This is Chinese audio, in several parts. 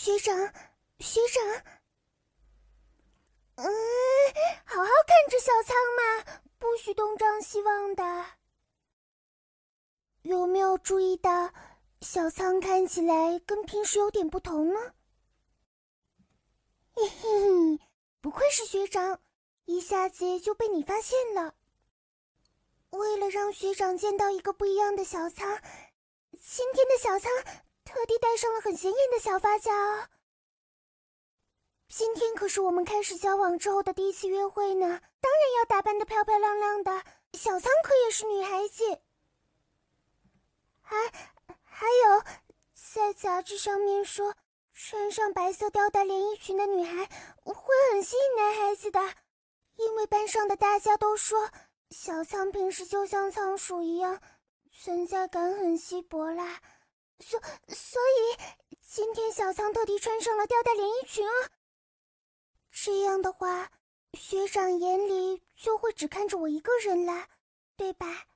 学长，学长。好好看着小仓嘛，不许东张西望的。有没有注意到小仓看起来跟平时有点不同呢？嘿嘿，不愧是学长，一下子就被你发现了。为了让学长见到一个不一样的小仓，今天的小仓特地戴上了很显眼的小发夹哦。今天可是我们开始交往之后的第一次约会呢，当然要打扮得漂漂亮亮的，小仓可也是女孩子。还有，在杂志上面说，穿上白色吊带连衣裙的女孩会很吸引男孩子的，因为班上的大家都说小仓平时就像仓鼠一样，存在感很稀薄啦。所以今天小仓特地穿上了吊带连衣裙啊。这样的话，学长眼里就会只看着我一个人啦，对吧？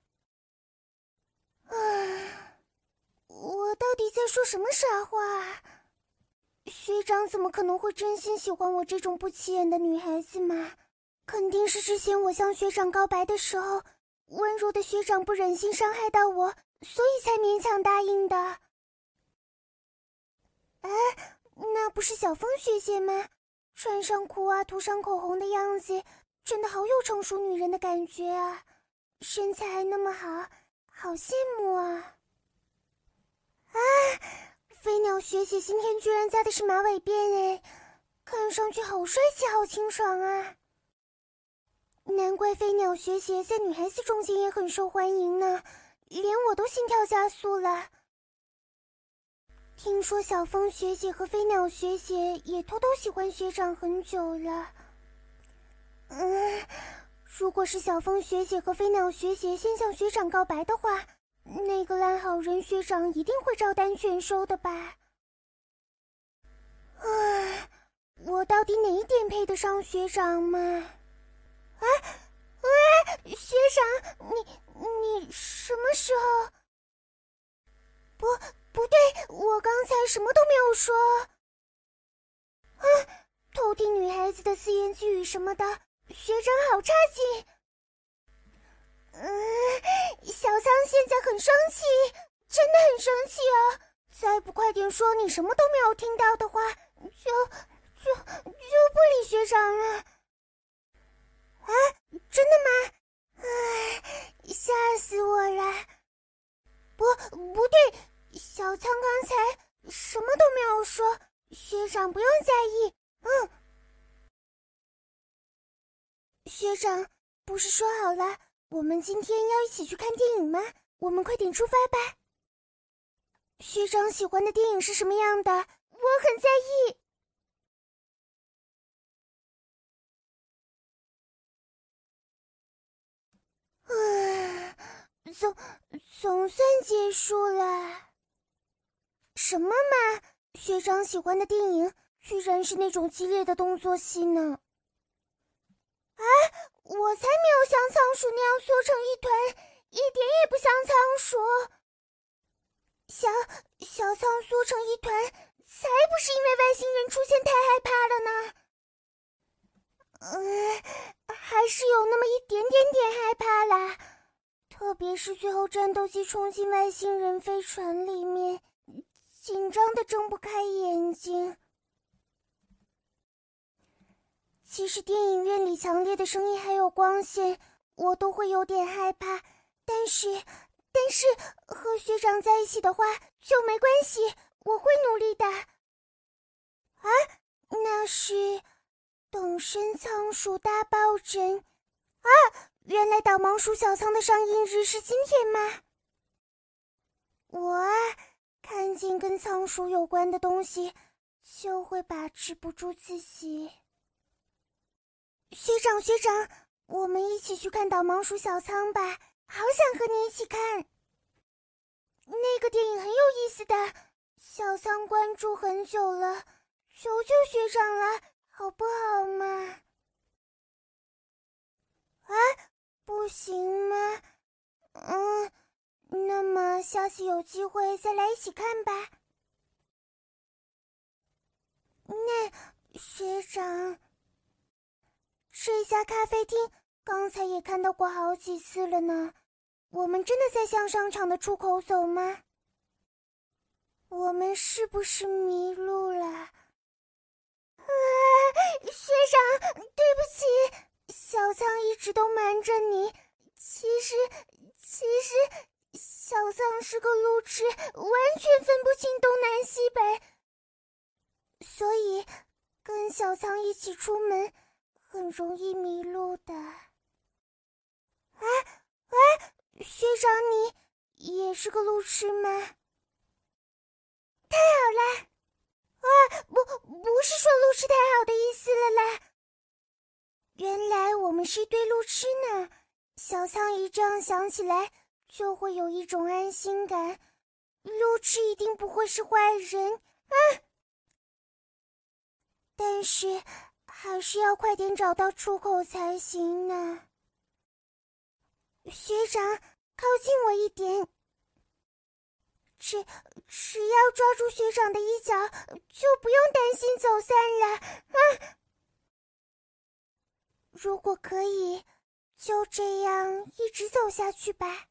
我到底在说什么傻话啊？学长怎么可能会真心喜欢我这种不起眼的女孩子嘛？肯定是之前我向学长告白的时候，温柔的学长不忍心伤害到我，所以才勉强答应的。那不是小风学姐吗？穿上裤袜涂上口红的样子，真的好有成熟女人的感觉啊，身材还那么好，好羡慕啊。飞鸟学姐今天居然扎的是马尾辫哎，看上去好帅气好清爽啊。难怪飞鸟学姐在女孩子中间也很受欢迎呢，连我都心跳加速了。听说小风学姐和飞鸟学姐也偷偷喜欢学长很久了。如果是小风学姐和飞鸟学姐先向学长告白的话，那个烂好人学长一定会照单全收的吧。我到底哪一点配得上学长嘛？学长，你什么时候？不对，我刚才什么都没有说。偷听女孩子的自言自语什么的，学长好差劲。小仓现在很生气，真的很生气哦。再不快点说你什么都没有听到的话，就不理学长了。真的吗？吓死我了。不对，小仓刚才什么都没有说，学长不用在意。学长，不是说好了我们今天要一起去看电影吗？我们快点出发吧。学长喜欢的电影是什么样的？我很在意。总算结束了。什么嘛？学长喜欢的电影居然是那种激烈的动作戏呢。我才没有像仓鼠那样缩成一团，一点也不像仓鼠。小仓缩成一团，才不是因为外星人出现太害怕了呢。还是有那么一点害怕啦。特别是最后战斗机冲进外星人飞船里面，紧张的睁不开眼睛。其实电影院里强烈的声音还有光线，我都会有点害怕，但是和学长在一起的话就没关系，我会努力的。那是等身仓鼠大抱枕。原来导盲鼠小仓的上映日是今天吗？我看见跟仓鼠有关的东西就会把持不住自己。学长，我们一起去看导盲鼠小仓吧，好想和你一起看。那个电影很有意思的，小仓关注很久了，求求学长了，好不好嘛？不行吗？那么下次有机会再来一起看吧。 学长，这家咖啡厅刚才也看到过好几次了呢。我们真的在向商场的出口走吗？我们是不是迷路了？学长，对不起，小仓一直都瞒着你。其实，小仓是个路痴，完全分不清东南西北，所以跟小仓一起出门很容易迷路的。学长，你也是个路痴吗？太好了！不是说路痴太好的意思了啦。原来我们是一对路痴呢。小苍姨这样想起来，就会有一种安心感。路痴一定不会是坏人啊！但是还是要快点找到出口才行呢。学长，靠近我一点。只要抓住学长的衣角，就不用担心走散了啊！如果可以，就这样一直走下去吧。